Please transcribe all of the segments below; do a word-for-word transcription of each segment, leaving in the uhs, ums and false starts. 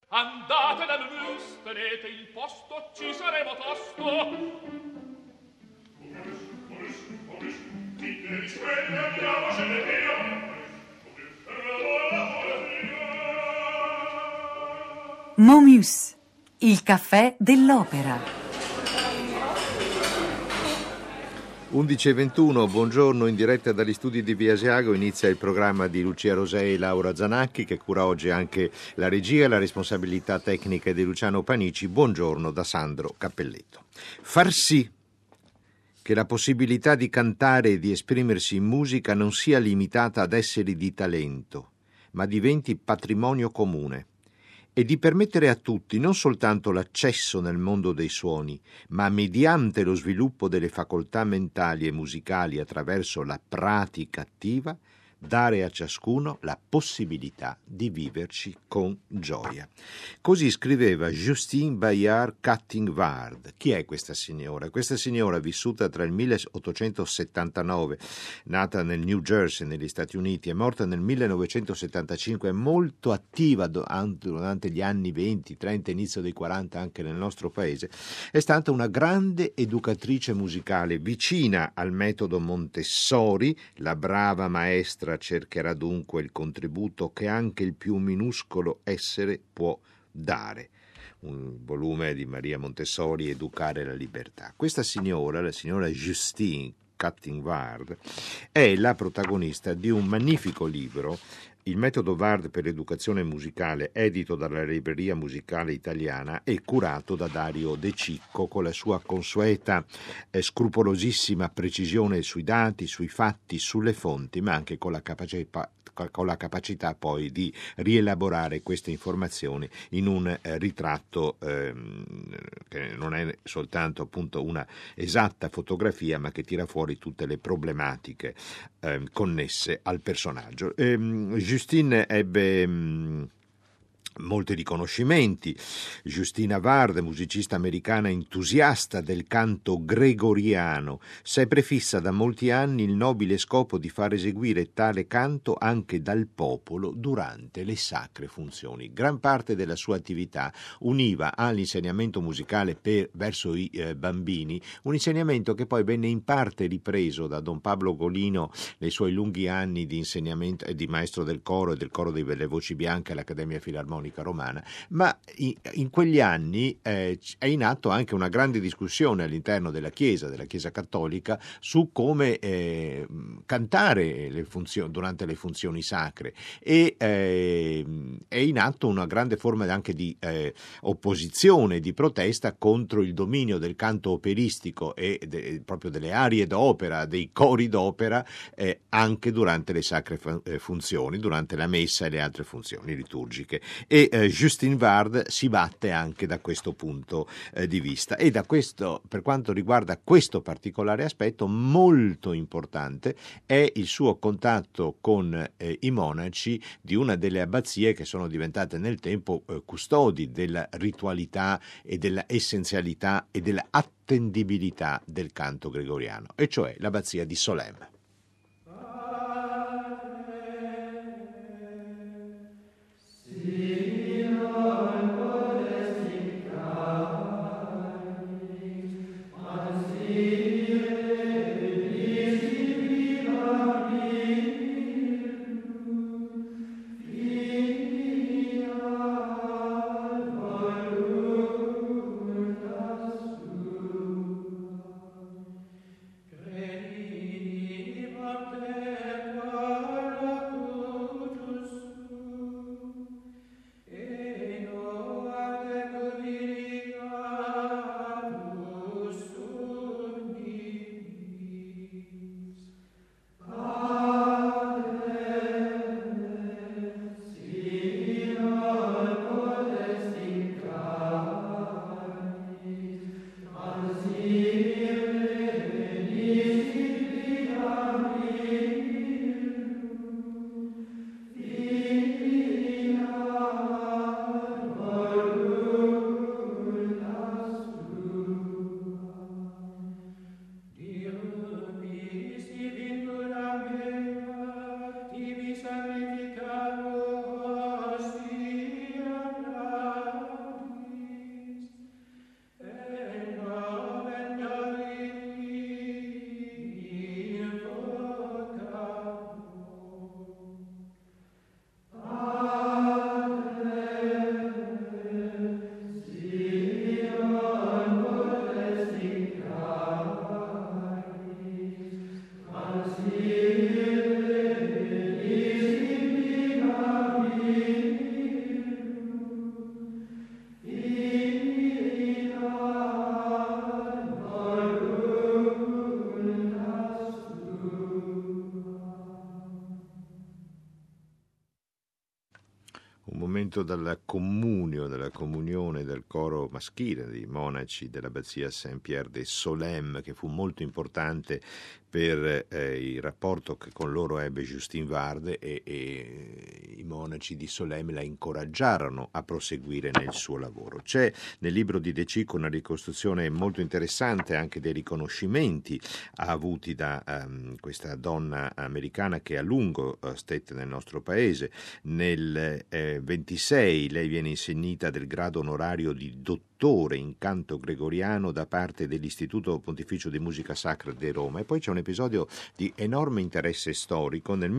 Andate dal mus, tenete il posto, ci saremo tosto. Momus, il caffè dell'opera. undici e ventuno, buongiorno, in diretta dagli studi di Via Asiago inizia il programma di Lucia Rosei e Laura Zanacchi, che cura oggi anche la regia e la responsabilità tecnica di Luciano Panici. Buongiorno da Sandro Cappelletto. Far sì che la possibilità di cantare e di esprimersi in musica non sia limitata ad esseri di talento, ma diventi patrimonio comune, e di permettere a tutti non soltanto l'accesso nel mondo dei suoni, ma mediante lo sviluppo delle facoltà mentali e musicali attraverso la pratica attiva, dare a ciascuno la possibilità di viverci con gioia. Così scriveva Justine Bayard Cutting-Ward. Chi è questa signora? Questa signora, vissuta tra il milleottocentosettantanove, nata nel New Jersey negli Stati Uniti, e morta nel millenovecentosettantacinque, molto attiva durante gli anni venti, trenta, inizio dei quaranta anche nel nostro paese, è stata una grande educatrice musicale, vicina al metodo Montessori. La brava maestra cercherà dunque il contributo che anche il più minuscolo essere può dare. Un volume di Maria Montessori, Educare la libertà. Questa signora, la signora Justine Cutting-Ward, è la protagonista di un magnifico libro, Il metodo Ward per l'educazione musicale, edito dalla Libreria Musicale Italiana e curato da Dario De Cicco, con la sua consueta eh, scrupolosissima precisione sui dati, sui fatti, sulle fonti, ma anche con la capacità con la capacità poi di rielaborare queste informazioni in un eh, ritratto ehm, che non è soltanto appunto una esatta fotografia, ma che tira fuori tutte le problematiche eh, connesse al personaggio. Ehm, Justine ebbe mh, molti riconoscimenti. Justina Ward, musicista americana entusiasta del canto gregoriano, si è prefissa da molti anni il nobile scopo di far eseguire tale canto anche dal popolo durante le sacre funzioni. Gran parte della sua attività univa all'insegnamento musicale per, verso i eh, bambini, un insegnamento che poi venne in parte ripreso da Don Pablo Golino nei suoi lunghi anni di insegnamento e di maestro del coro e del coro delle voci bianche all'Accademia Filarmonica Romana, ma in, in quegli anni eh, è in atto anche una grande discussione all'interno della Chiesa, della Chiesa cattolica, su come eh, cantare le funzioni, durante le funzioni sacre, e eh, è in atto una grande forma anche di eh, opposizione, di protesta contro il dominio del canto operistico e de, proprio delle arie d'opera, dei cori d'opera, eh, anche durante le sacre funzioni, durante la messa e le altre funzioni liturgiche. E eh, Justine Ward si batte anche da questo punto eh, di vista, e da questo, per quanto riguarda questo particolare aspetto molto importante, è il suo contatto con eh, i monaci di una delle abbazie che sono diventate nel tempo eh, custodi della ritualità e della essenzialità e della attendibilità del canto gregoriano, e cioè l'abbazia di Solesmes. momento della comunio, della comunione del coro maschile dei monaci dell'abbazia Saint-Pierre de Solesmes, che fu molto importante per eh, il rapporto che con loro ebbe Justin Ward, e, e i monaci di Solesmes la incoraggiarono a proseguire nel suo lavoro. C'è nel libro di De Cicco una ricostruzione molto interessante anche dei riconoscimenti avuti da um, questa donna americana che a lungo uh, stette nel nostro paese. Nel eh, ventisei lei viene insignita del grado onorario di dottore in canto gregoriano da parte dell'Istituto Pontificio di Musica Sacra di Roma, e poi c'è un episodio di enorme interesse storico. Nel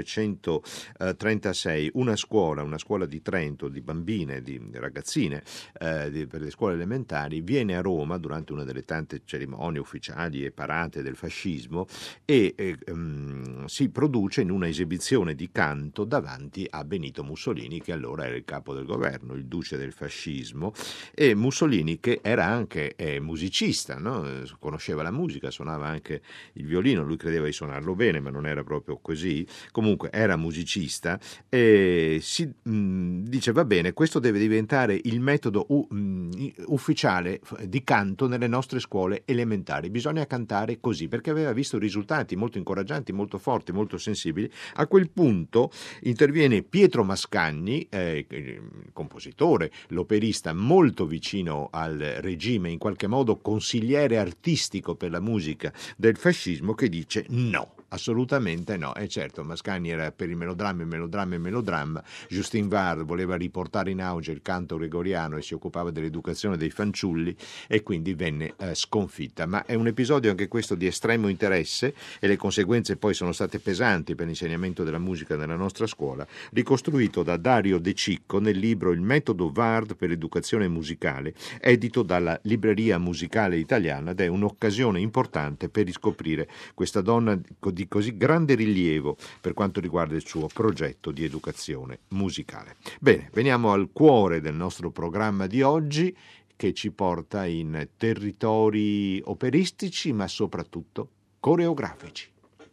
millenovecentotrentasei una scuola, una scuola di Trento di bambine, di ragazzine eh, di, per le scuole elementari, viene a Roma durante una delle tante cerimonie ufficiali e parate del fascismo e eh, um, si produce in una esibizione di canto davanti a Benito Mussolini, che allora era il capo del governo, il duce del fascismo, e Mussolini, che era anche eh, musicista, no? Conosceva la musica, suonava anche il violino, lui credeva di suonarlo bene, ma non era proprio così. Comunque era musicista e si mh, dice: va bene, questo deve diventare il metodo u- mh, ufficiale di canto nelle nostre scuole elementari, bisogna cantare così, perché aveva visto risultati molto incoraggianti, molto forti, molto sensibili. A quel punto interviene Pietro Mascagni, eh, compositore, l'operista molto vicino al regime, in qualche modo consigliere artistico per la musica del fascismo, che dice no, assolutamente no. E certo, Mascagni era per il melodramma, il melodramma, il melodramma. Justin Ward voleva riportare in auge il canto gregoriano e si occupava dell'educazione dei fanciulli, e quindi venne eh, sconfitta. Ma è un episodio anche questo di estremo interesse, e le conseguenze poi sono state pesanti per l'insegnamento della musica nella nostra scuola, ricostruito da Dario De Cicco nel libro Il metodo Ward per l'educazione musicale, edito dalla Libreria Musicale Italiana, ed è un'occasione importante per riscoprire questa donna di così grande rilievo per quanto riguarda il suo progetto di educazione musicale. Bene, veniamo al cuore del nostro programma di oggi, che ci porta in territori operistici ma soprattutto coreografici.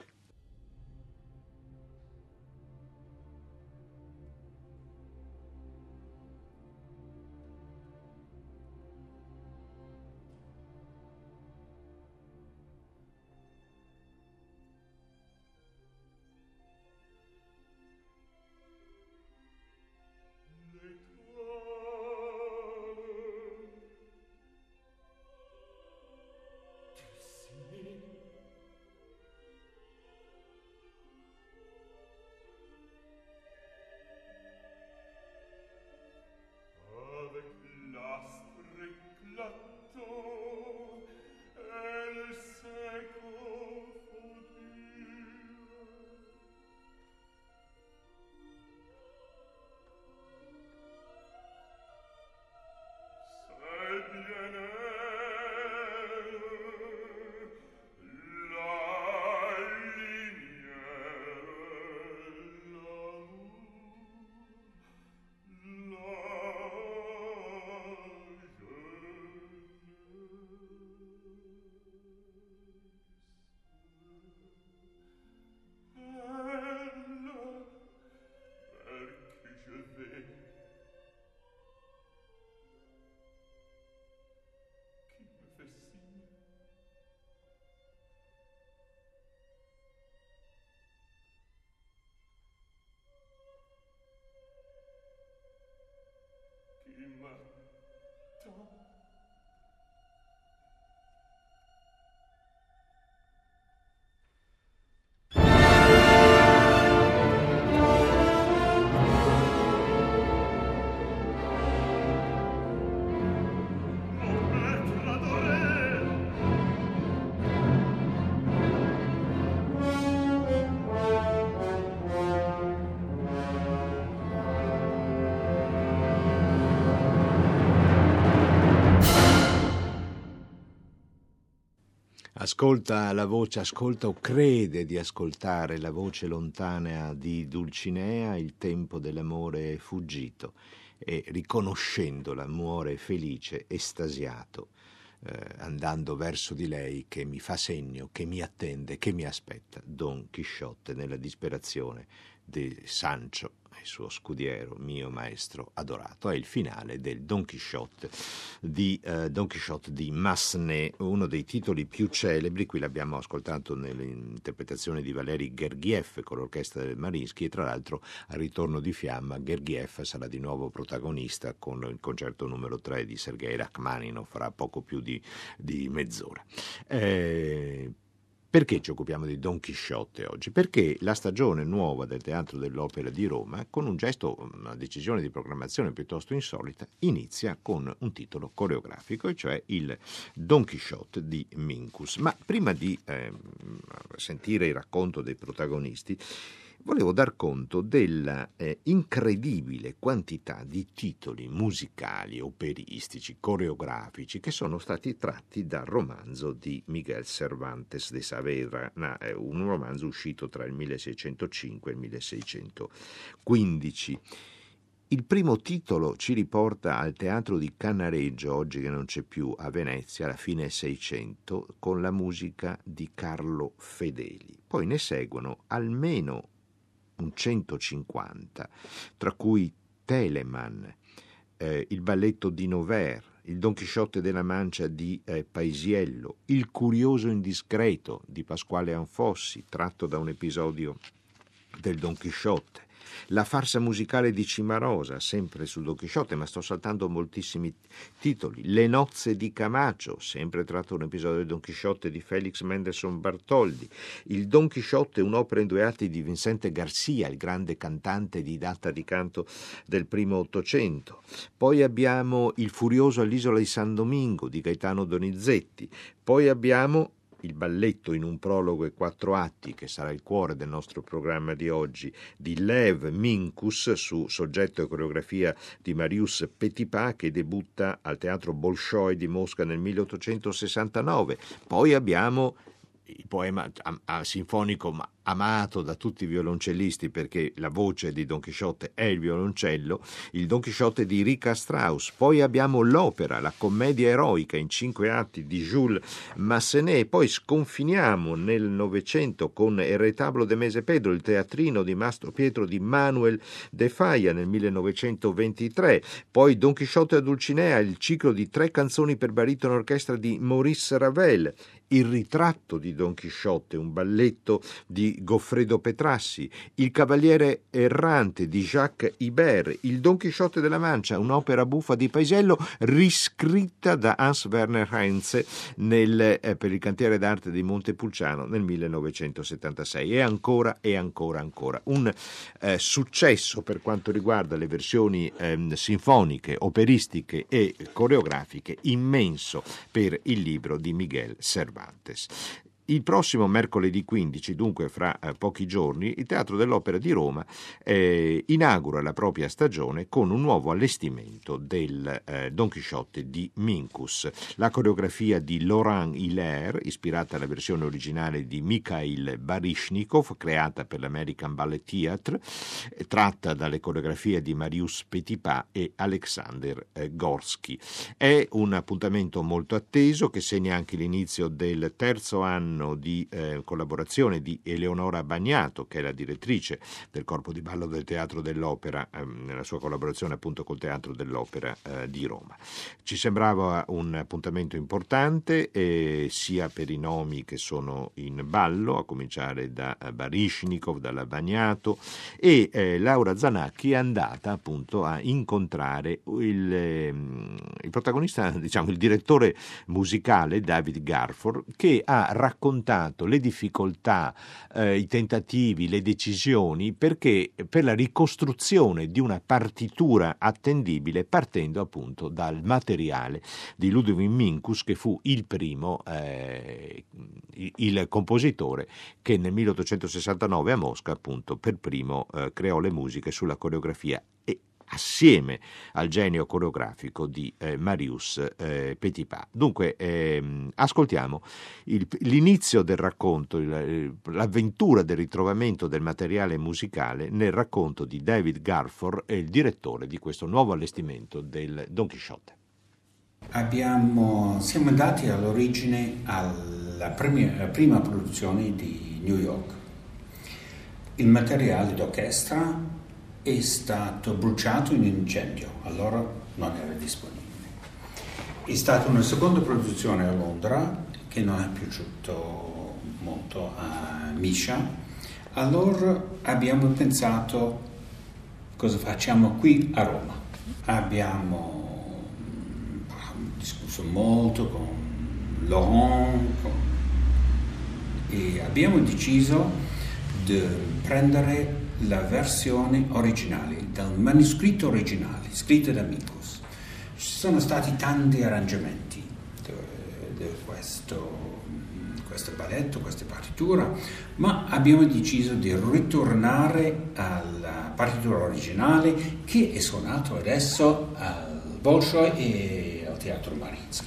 Ascolta la voce, ascolta o crede di ascoltare la voce lontana di Dulcinea, il tempo dell'amore è fuggito, e riconoscendola muore felice, estasiato, eh, andando verso di lei che mi fa segno, che mi attende, che mi aspetta. Don Chisciotte nella disperazione di Sancho il suo scudiero, mio maestro adorato. È il finale del Don Chisciotte di uh, Don Chisciotte di Massenet, uno dei titoli più celebri. Qui l'abbiamo ascoltato nell'interpretazione di Valery Gergiev con l'orchestra del Mariinsky, e tra l'altro al ritorno di fiamma Gergiev sarà di nuovo protagonista con il concerto numero tre di Sergei Rachmaninov fra poco più di, di mezz'ora. Eh, Perché ci occupiamo di Don Chisciotte oggi? Perché la stagione nuova del Teatro dell'Opera di Roma, con un gesto, una decisione di programmazione piuttosto insolita, inizia con un titolo coreografico, e cioè il Don Chisciotte di Minkus. Ma prima di eh, sentire il racconto dei protagonisti, volevo dar conto della eh, incredibile quantità di titoli musicali, operistici, coreografici che sono stati tratti dal romanzo di Miguel Cervantes de Saavedra, un romanzo uscito tra il milleseicentocinque e il milleseicentoquindici. Il primo titolo ci riporta al Teatro di Cannareggio, oggi che non c'è più, a Venezia, alla fine Seicento, con la musica di Carlo Fedeli. Poi ne seguono almeno un centocinquanta, tra cui Telemann, eh, il balletto di Nover, il Don Chisciotte della Mancia di eh, Paisiello, il Curioso Indiscreto di Pasquale Anfossi, tratto da un episodio del Don Chisciotte, la farsa musicale di Cimarosa, sempre su Don Chisciotte, ma sto saltando moltissimi titoli, Le nozze di Camacho, sempre tratto da un episodio del Don Chisciotte di Felix Mendelssohn Bartholdi, il Don Chisciotte, un'opera in due atti di Vicente Garcia, il grande cantante e didatta di canto del primo Ottocento. Poi abbiamo Il Furioso all'isola di San Domingo di Gaetano Donizetti. Poi abbiamo il balletto in un prologo e quattro atti, che sarà il cuore del nostro programma di oggi, di Lev Minkus, su soggetto e coreografia di Marius Petipa, che debutta al Teatro Bolshoi di Mosca nel milleottocentosessantanove. Poi abbiamo il poema a, a, sinfonico ma amato da tutti i violoncellisti, perché la voce di Don Chisciotte è il violoncello, il Don Chisciotte di Richard Strauss. Poi abbiamo l'opera, la commedia eroica in cinque atti di Jules Massenet. Poi sconfiniamo nel Novecento con Il retablo de Mese Pedro, il teatrino di Mastro Pietro di Manuel de Falla nel millenovecentoventitré. Poi Don Chisciotte a Dulcinea, il ciclo di tre canzoni per baritono orchestra di Maurice Ravel. Il ritratto di Don Chisciotte, un balletto di Goffredo Petrassi, Il cavaliere errante di Jacques Ibert, il Don Chisciotte della Mancia, un'opera buffa di Paisiello riscritta da Hans Werner Henze nel, eh, per il cantiere d'arte di Montepulciano nel millenovecentosettantasei. E ancora e ancora ancora un eh, successo per quanto riguarda le versioni eh, sinfoniche, operistiche e coreografiche, immenso per il libro di Miguel Cervantes. Il prossimo mercoledì quindici, dunque fra eh, pochi giorni, il Teatro dell'Opera di Roma eh, inaugura la propria stagione con un nuovo allestimento del eh, Don Chisciotte di Minkus. La coreografia di Laurent Hilaire, ispirata alla versione originale di Mikhail Baryshnikov, creata per l'American Ballet Theatre, eh, tratta dalle coreografie di Marius Petipa e Alexander eh, Gorsky. È un appuntamento molto atteso che segna anche l'inizio del terzo anno di eh, collaborazione di Eleonora Bagnato, che è la direttrice del corpo di ballo del Teatro dell'Opera, ehm, nella sua collaborazione appunto col Teatro dell'Opera eh, di Roma. Ci sembrava un appuntamento importante eh, sia per i nomi che sono in ballo, a cominciare da Baryshnikov, dalla Bagnato, e eh, Laura Zanacchi è andata appunto a incontrare il, eh, il protagonista, diciamo il direttore musicale David Garford, che ha raccontato le difficoltà, eh, i tentativi, le decisioni perché per la ricostruzione di una partitura attendibile, partendo appunto dal materiale di Ludwig Minkus, che fu il primo eh, il compositore che nel milleottocentosessantanove a Mosca appunto per primo eh, creò le musiche sulla coreografia, e assieme al genio coreografico di eh, Marius eh, Petipa. Dunque ehm, ascoltiamo il, l'inizio del racconto, il, l'avventura del ritrovamento del materiale musicale nel racconto di David Garford, il direttore di questo nuovo allestimento del Don Chisciotte. Abbiamo, siamo andati all'origine alla prima, prima produzione di New York. Il materiale d'orchestra è stato bruciato in un incendio, allora non era disponibile. È stata una seconda produzione a Londra che non è piaciuto molto a Misha, allora abbiamo pensato cosa facciamo qui a Roma. Abbiamo discusso molto con Laurent con... e abbiamo deciso di prendere la versione originale, del manoscritto originale, scritto da Minkus. Ci sono stati tanti arrangiamenti di questo, questo balletto, questa partitura, ma abbiamo deciso di ritornare alla partitura originale che è suonato adesso al Bolshoi e al Teatro Mariinsky.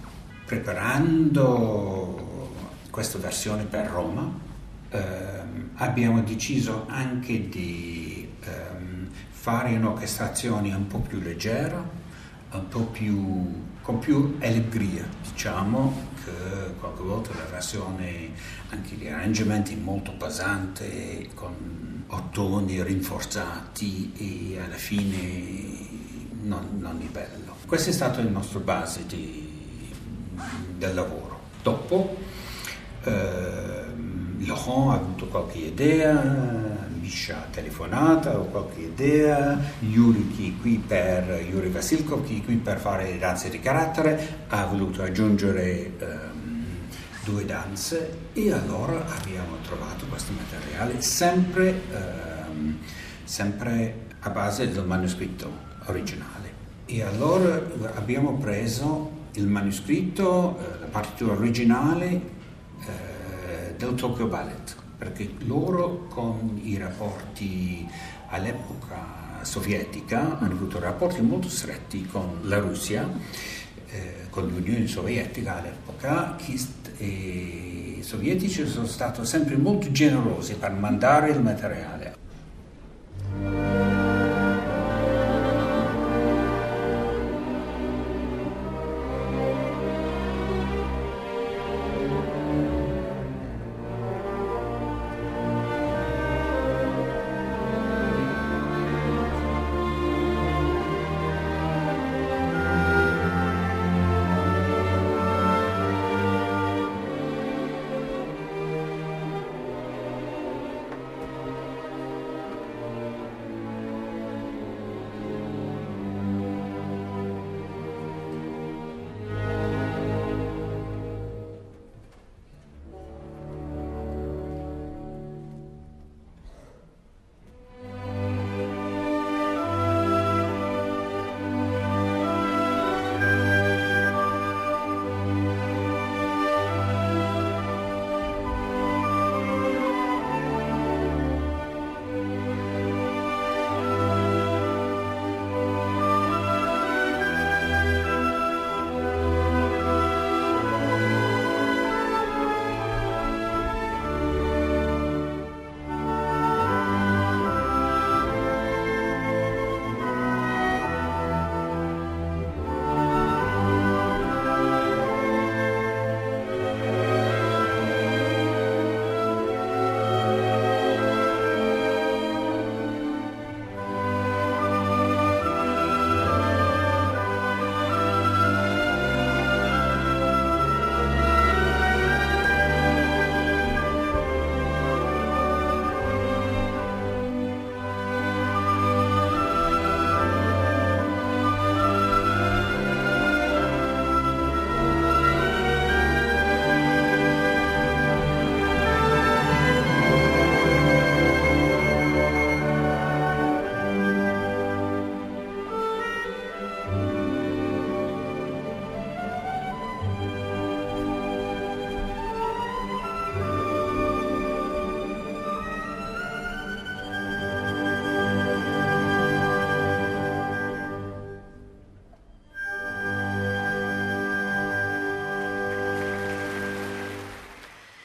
Preparando questa versione per Roma, ehm, abbiamo deciso anche di ehm, fare un'orchestrazione un po' più leggera, un po' più con più allegria, diciamo, che qualche volta la versione, anche gli arrangiamenti molto pesante, con ottoni rinforzati e alla fine non, non è bello. Questa è stata la nostra base di, del lavoro. Dopo eh, Laurent ha avuto qualche idea, Misha ha telefonato, ha qualche idea, Yuri che è qui per Yuri Vasilkov, che è qui per fare le danze di carattere, ha voluto aggiungere um, due danze e allora abbiamo trovato questo materiale sempre, um, sempre a base del manoscritto originale. E allora abbiamo preso il manoscritto, uh, la partitura originale uh, del Tokyo Ballet, perché loro con i rapporti all'epoca sovietica hanno avuto rapporti molto stretti con la Russia, eh, con l'Unione Sovietica all'epoca, che i sovietici sono stati sempre molto generosi per mandare il materiale.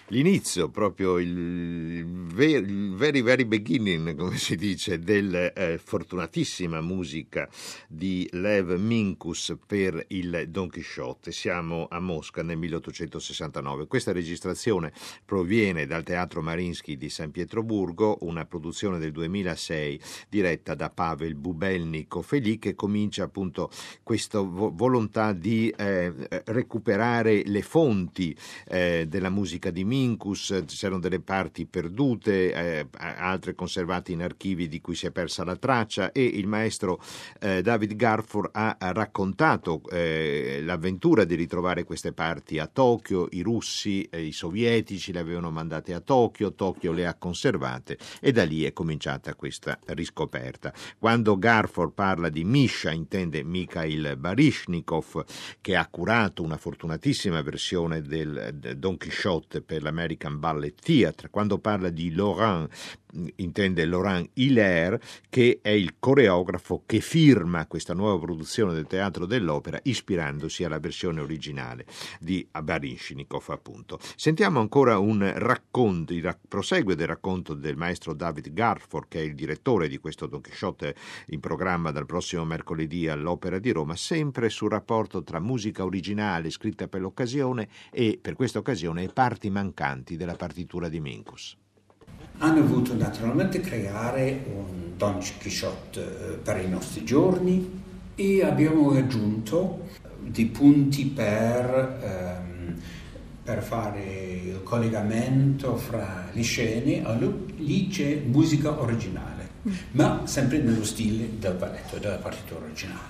L'inizio, proprio il, ver, il very very beginning, come si dice, del eh, fortunatissima musica di Lev Minkus per il Don Chisciotte. Siamo a Mosca nel milleottocentosessantanove. Questa registrazione proviene dal Teatro Mariinsky di San Pietroburgo, una produzione del duemilasei diretta da Pavel Bubelnikov, e lì che comincia appunto questa vo- volontà di eh, recuperare le fonti eh, della musica di Minkus. Minkus, c'erano delle parti perdute, eh, altre conservate in archivi di cui si è persa la traccia, e il maestro eh, David Garfor ha, ha raccontato eh, l'avventura di ritrovare queste parti a Tokyo. I russi e eh, i sovietici le avevano mandate a Tokyo, Tokyo le ha conservate, e da lì è cominciata questa riscoperta. Quando Garfor parla di Misha intende Mikhail Baryshnikov, che ha curato una fortunatissima versione del, del Don Chisciotte per l'American Ballet Theatre. Quando parla di Laurent intende Laurent Hilaire, che è il coreografo che firma questa nuova produzione del Teatro dell'Opera ispirandosi alla versione originale di Baryshnikov, appunto. Sentiamo ancora un racconto, il prosegue del racconto del maestro David Garfor, che è il direttore di questo Don Chisciotte in programma dal prossimo mercoledì all'Opera di Roma, sempre sul rapporto tra musica originale scritta per l'occasione e per questa occasione parti mancanti della partitura di Minkus. Hanno voluto naturalmente creare un Don Chisciotte per i nostri giorni e abbiamo aggiunto dei punti per, ehm, per fare il collegamento fra le scene. Allora, lì c'è musica originale, mm. ma sempre nello stile del balletto, della partitura originale.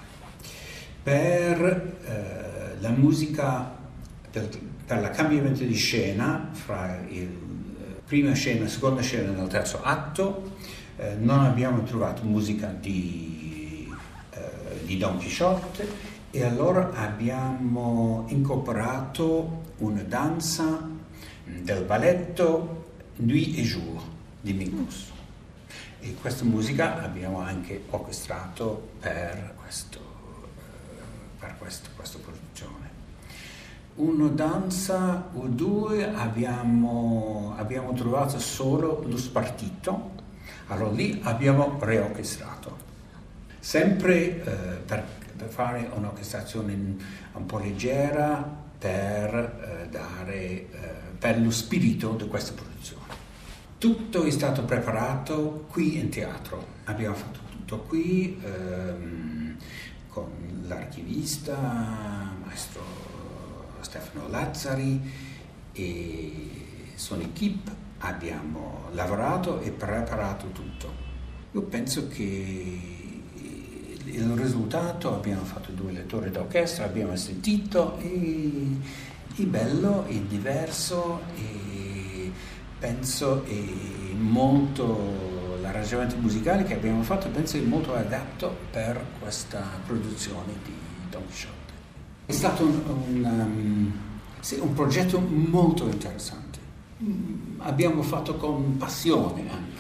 Per eh, la musica, per, per il cambiamento di scena fra il prima scena, seconda scena nel terzo atto, eh, non abbiamo trovato musica di, eh, di Don Chisciotte, e allora abbiamo incorporato una danza del balletto Nuit et Jour di Minkus. E questa musica abbiamo anche orchestrato per, questo, eh, per questo, questa produzione. Una danza o due abbiamo, abbiamo trovato solo lo spartito, allora lì abbiamo reorchestrato. Sempre eh, per, per fare un'orchestrazione un po' leggera, per eh, dare eh, per lo spirito di questa produzione. Tutto è stato preparato qui in teatro, abbiamo fatto tutto qui ehm, con l'archivista, maestro Stefano Lazzari e son equipe. Abbiamo lavorato e preparato tutto. Io penso che il risultato, abbiamo fatto due lettori d'orchestra, abbiamo sentito, e è bello, è diverso, e penso è molto, l'arrangiamento musicale che abbiamo fatto penso è molto adatto per questa produzione di Don Chisciotte. È stato un, un, um, sì, un progetto molto interessante. Abbiamo fatto con passione anche.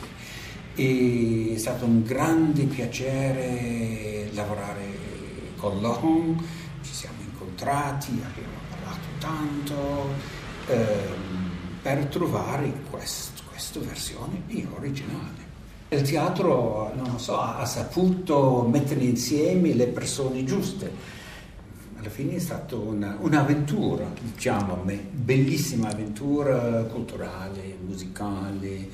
E è stato un grande piacere lavorare con Laurent. Ci siamo incontrati, abbiamo parlato tanto ehm, per trovare quest, questa versione originale. Il teatro, non lo so, ha saputo mettere insieme le persone giuste. Alla fine è stata una, un'avventura, diciamo a me, bellissima avventura culturale, musicale, eh,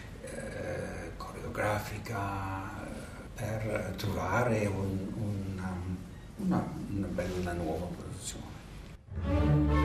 coreografica, per trovare un, una, una, una bella nuova produzione.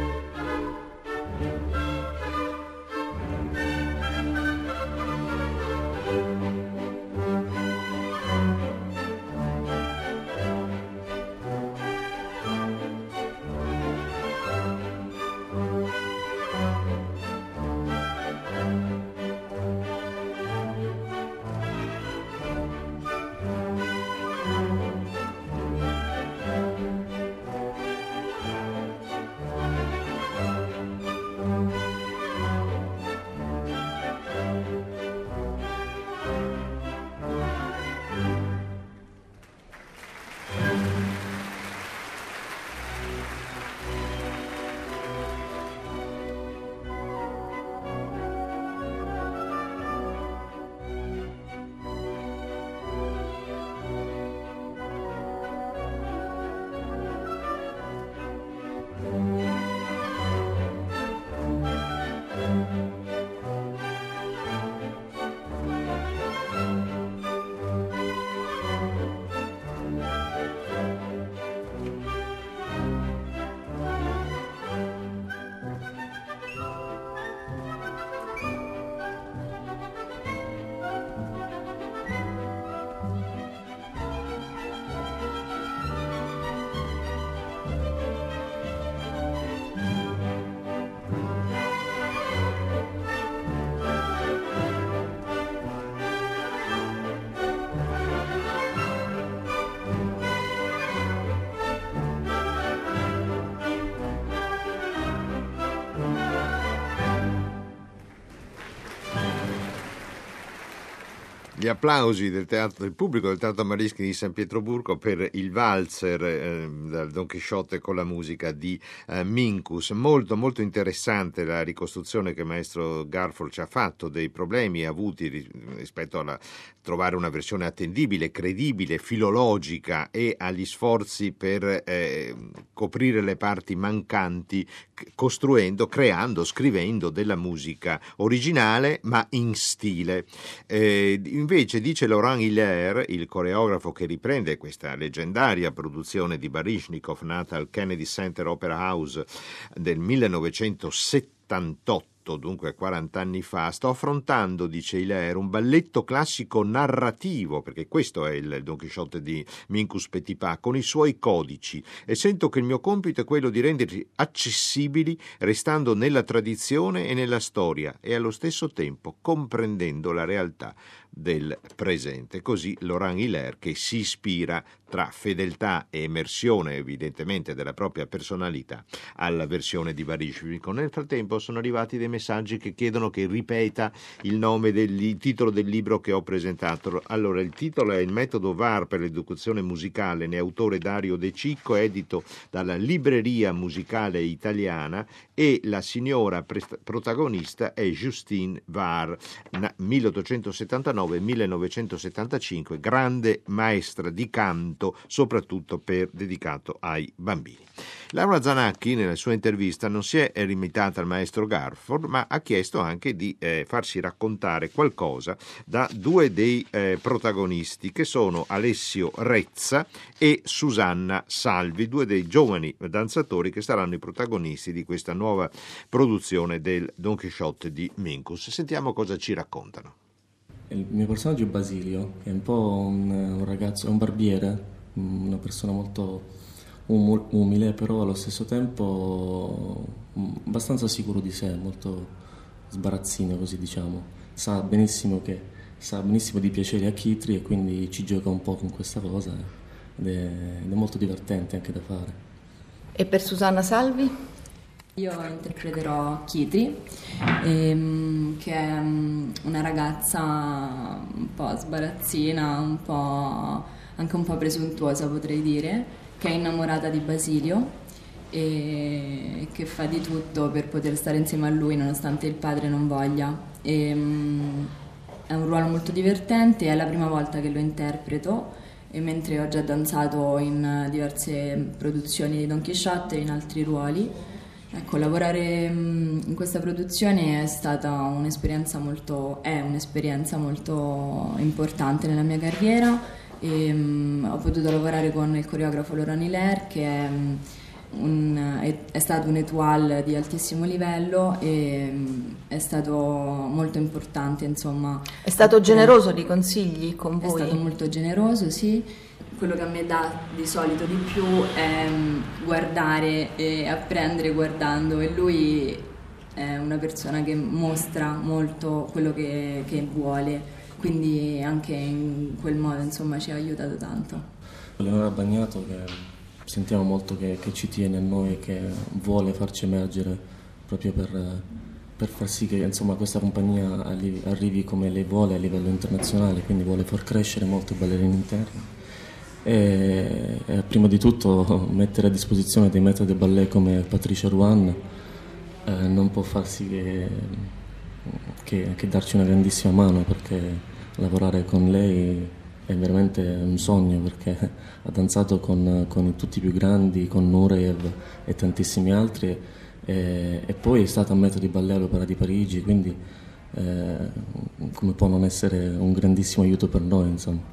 Gli applausi del, teatro, del pubblico del Teatro Mareschi di San Pietroburgo per il valzer eh, dal Don Chisciotte con la musica di eh, Minkus. Molto molto interessante la ricostruzione che il maestro Garforld ci ha fatto dei problemi avuti rispetto a trovare una versione attendibile, credibile, filologica e agli sforzi per eh, coprire le parti mancanti, costruendo, creando, scrivendo della musica originale ma in stile. Eh, invece dice Laurent Hilaire, il coreografo che riprende questa leggendaria produzione di Baryshnikov nata al Kennedy Center Opera House del millenovecentosettantotto, dunque quaranta anni fa, sto affrontando, dice Hilaire, un balletto classico narrativo, perché questo è il Don Chisciotte di Minkus Petipa, con i suoi codici, e sento che il mio compito è quello di renderli accessibili restando nella tradizione e nella storia e allo stesso tempo comprendendo la realtà del presente. Così Laurent Hilaire, che si ispira tra fedeltà e emersione evidentemente della propria personalità alla versione di Baryshnikov. Nel frattempo sono arrivati dei messaggi che chiedono che ripeta il nome del il titolo del libro che ho presentato. Allora, il titolo è Il metodo V A R per l'educazione musicale, ne è autore Dario De Cicco, edito dalla Libreria Musicale Italiana, e la signora prest- protagonista è Justine Var, milleottocentosettantanove millenovecentosettantacinque, grande maestra di canto, soprattutto per dedicato ai bambini. Laura Zanacchi nella sua intervista non si è limitata al maestro Garforld, ma ha chiesto anche di eh, farsi raccontare qualcosa da due dei eh, protagonisti, che sono Alessio Rezza e Susanna Salvi, due dei giovani danzatori che saranno i protagonisti di questa nuova produzione del Don Chisciotte di Minkus. Sentiamo cosa ci raccontano. Il mio personaggio è Basilio, che è un po' un, un ragazzo, è un barbiere, una persona molto um, umile, però allo stesso tempo abbastanza sicuro di sé, molto sbarazzino, così diciamo. Sa benissimo che sa benissimo di piacere a Chitri e quindi ci gioca un po' con questa cosa ed è, ed è molto divertente anche da fare. E per Susanna Salvi? Io interpreterò Chitri, ehm, che è una ragazza un po' sbarazzina, un po' anche un po' presuntuosa, potrei dire, che è innamorata di Basilio e che fa di tutto per poter stare insieme a lui nonostante il padre non voglia. E, um, è un ruolo molto divertente, è la prima volta che lo interpreto, e mentre ho già danzato in diverse produzioni di Don Chisciotte e in altri ruoli. Ecco, lavorare in questa produzione è stata un'esperienza molto, è un'esperienza molto importante nella mia carriera, e um, ho potuto lavorare con il coreografo Laurent Hilaire, che è, un, è, è stato un étoile di altissimo livello e um, è stato molto importante, insomma. È stato generoso di consigli con voi? È stato molto generoso, sì. Quello che a me dà di solito di più è guardare e apprendere guardando, e lui è una persona che mostra molto quello che, che vuole, quindi anche in quel modo, insomma, ci ha aiutato tanto. Leonora Bagnato, che sentiamo molto che, che ci tiene a noi, che vuole farci emergere proprio per, per far sì che, insomma, questa compagnia arrivi come lei vuole a livello internazionale, quindi vuole far crescere molto i ballerini interni. E, e prima di tutto mettere a disposizione dei maîtres de ballet come Patricia Ruan eh, non può far sì che, che, che darci una grandissima mano, perché lavorare con lei è veramente un sogno, perché ha danzato con, con tutti i più grandi, con Nureyev e tantissimi altri, e, e poi è stata maître di ballet all'Opera di Parigi, quindi eh, come può non essere un grandissimo aiuto per noi, insomma.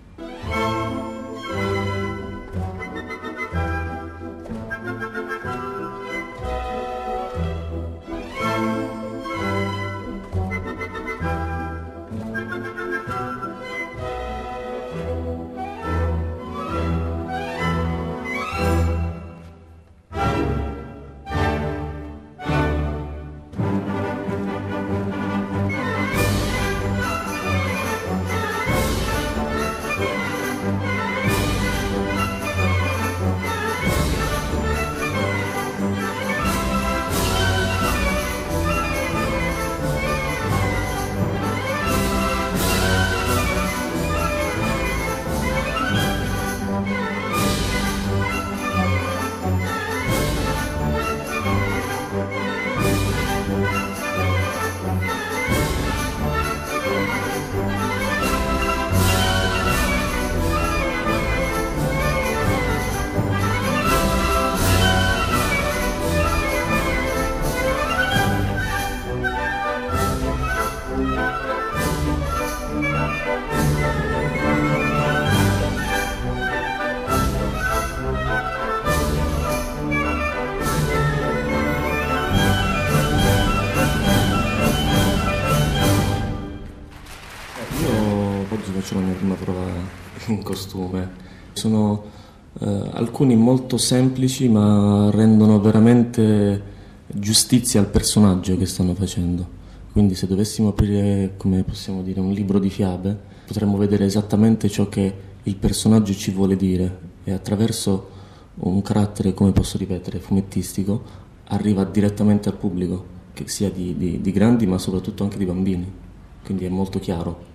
essere la mia prima prova in costume. Sono eh, alcuni molto semplici, ma rendono veramente giustizia al personaggio che stanno facendo. Quindi se dovessimo aprire, come possiamo dire, un libro di fiabe, potremmo vedere esattamente ciò che il personaggio ci vuole dire e attraverso un carattere, come posso ripetere, fumettistico, arriva direttamente al pubblico, che sia di, di, di grandi ma soprattutto anche di bambini. Quindi è molto chiaro.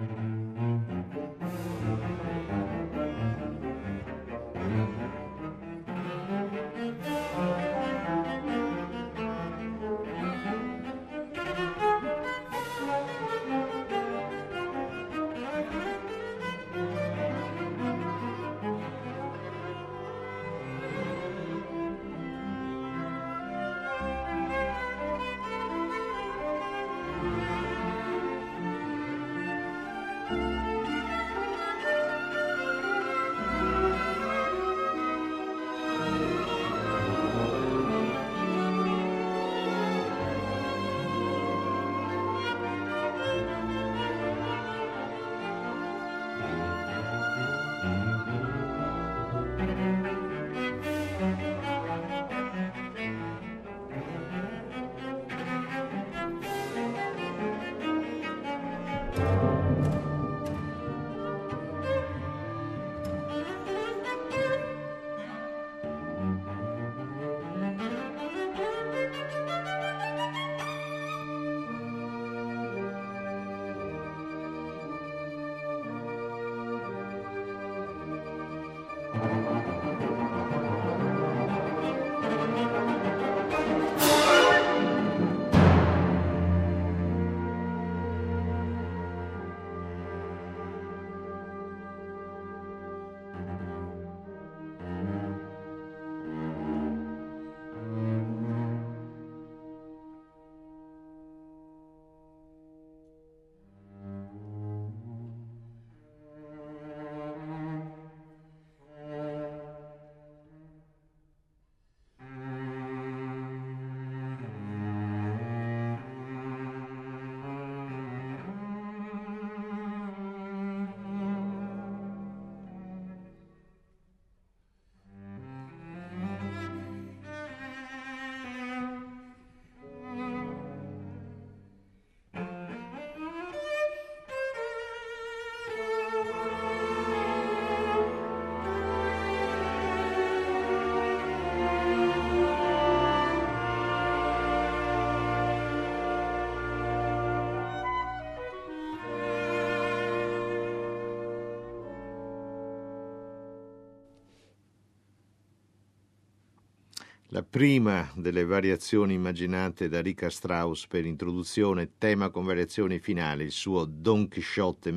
La prima delle variazioni immaginate da Richard Strauss per introduzione, tema con variazioni finali, il suo Don Chisciotte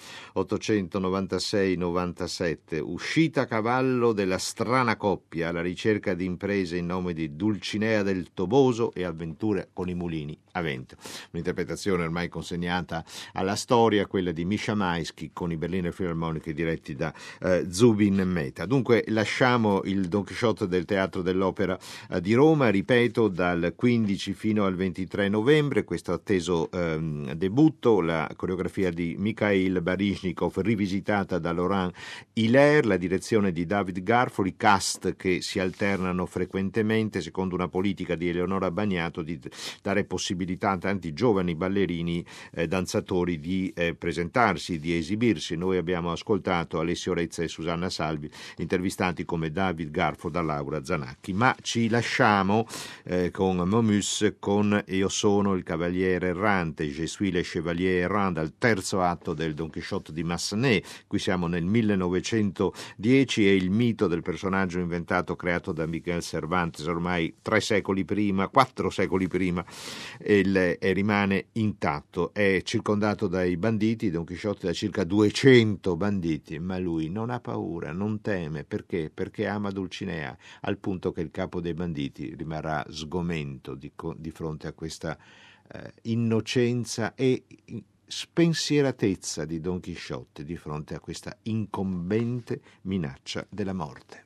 milleottocentonovantasei novantasette, uscita a cavallo della strana coppia alla ricerca di imprese in nome di Dulcinea del Toboso e avventure con i mulini a vento. Un'interpretazione ormai consegnata alla storia, quella di Misha Maisky con i Berliner Philharmonic diretti da eh, Zubin Mehta. Dunque lasciamo il Don Chisciotte del Teatro dell'Opera di Roma, ripeto, dal quindici fino al ventitré novembre, questo atteso ehm, debutto, la coreografia di Mikhail Baryshnikov rivisitata da Laurent Hilaire, la direzione di David Garfoli, cast che si alternano frequentemente secondo una politica di Eleonora Bagnato di dare possibilità a tanti giovani ballerini eh, danzatori di eh, presentarsi, di esibirsi. Noi abbiamo ascoltato Alessio Rezza e Susanna Salvi intervistati come David Garfo da Laura Zanacchi, ma ci lasciamo eh, con Momus con Io sono il cavaliere errante, Je suis le chevalier errant, dal terzo atto del Don Chisciotte di Massenet. Qui siamo nel millenovecentodieci e il mito del personaggio inventato, creato da Miguel Cervantes ormai tre secoli prima, quattro secoli prima, e, il, e rimane intatto. È circondato dai banditi, Don Chisciotte da circa duecento banditi, ma lui non ha paura, non teme. Perché? Perché ama Dulcinea, al punto che il capo dei banditi rimarrà sgomento di, di fronte a questa eh, innocenza e spensieratezza di Don Chisciotte di fronte a questa incombente minaccia della morte.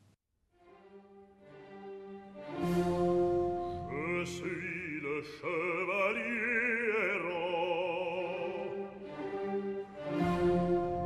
Je suis le chevalier errant.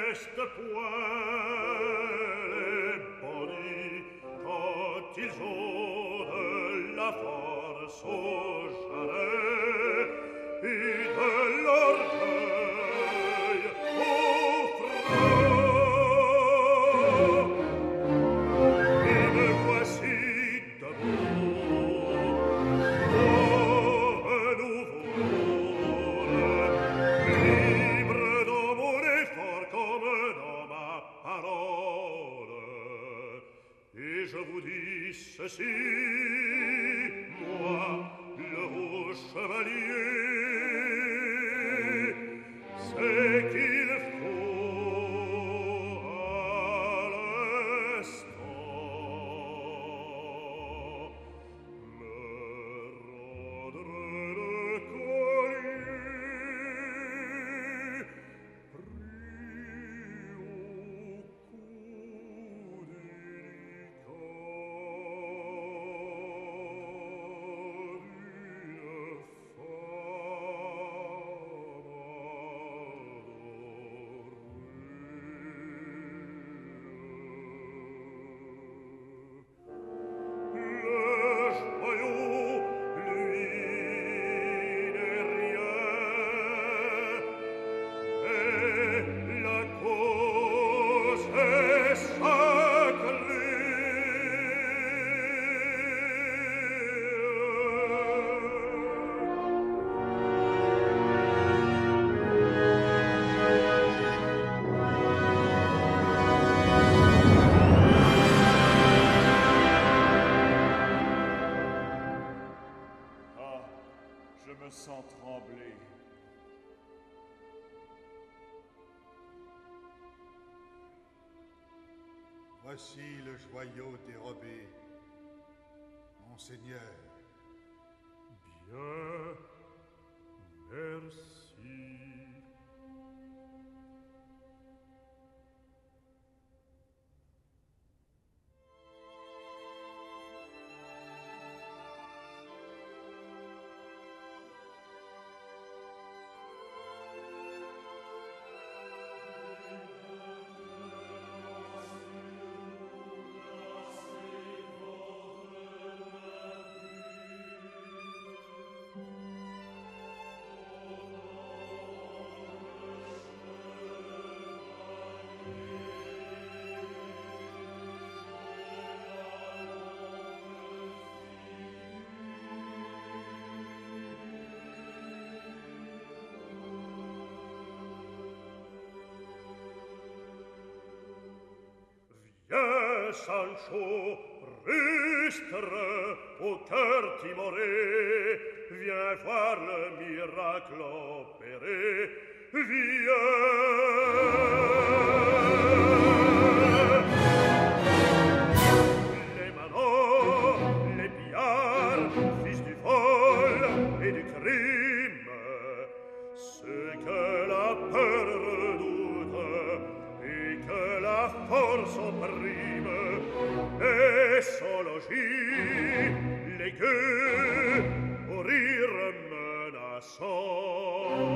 reste point les bondis quand ils ont de la force au jarret et de l'orgueil au front. Et me voici debout pour un nouveau libre dans mon effort comme dans ma parole. Et je vous dis ceci, moi, le haut chevalier, c'est qu'il faut à l'instant me rendre le collier pris au cou délicat d'une Voici le joyau dérobé, monseigneur. Bien, merci. Viens, Sancho, rustre au cœur timoré, viens voir le miracle opéré, viens. Les manants, les pillards, fils du vol et du crime, ceux que la peur redoute et que la force opprime, et sans logis, les gueux, au rire menaçant.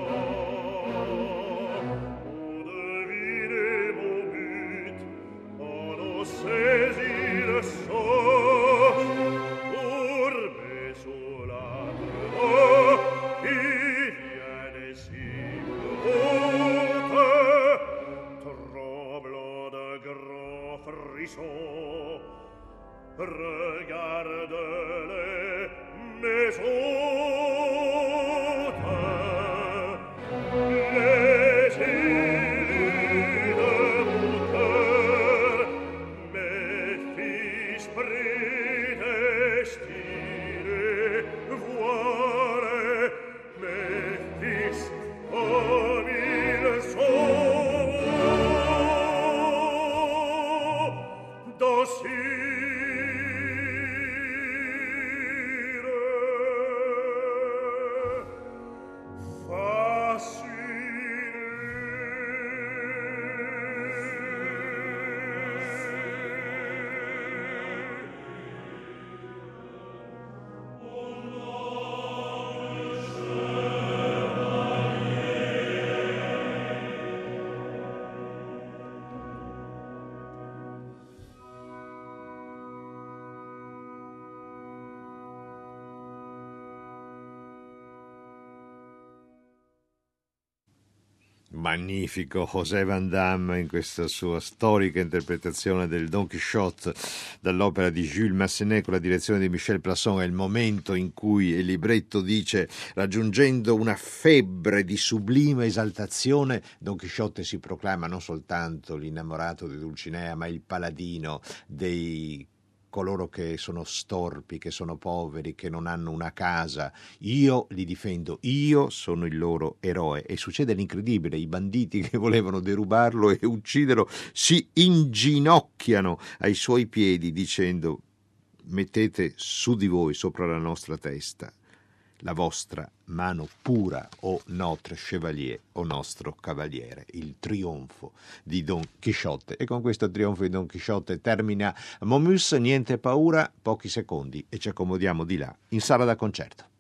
On devine mon but, on en saisit le sort, courbé sous la main, il vient des cibles tremblant d'un grand frisson. Regarde les maisons, les îles de mon cœur, mes fils prédestinés, voilà mes fils comme ils sont, dociles. Magnifico José Van Damme in questa sua storica interpretazione del Don Quixote dall'opera di Jules Massenet con la direzione di Michel Plasson. È il momento in cui il libretto dice: raggiungendo una febbre di sublime esaltazione, Don Chisciotte si proclama non soltanto l'innamorato di Dulcinea, ma il paladino dei coloro che sono storpi, che sono poveri, che non hanno una casa. Io li difendo, io sono il loro eroe. E succede l'incredibile: i banditi che volevano derubarlo e ucciderlo si inginocchiano ai suoi piedi dicendo: mettete su di voi, sopra la nostra testa, la vostra mano pura, o notre chevalier, o nostro cavaliere. Il trionfo di Don Chisciotte. E con questo trionfo di Don Chisciotte termina Momus. Niente paura, pochi secondi e ci accomodiamo di là in sala da concerto.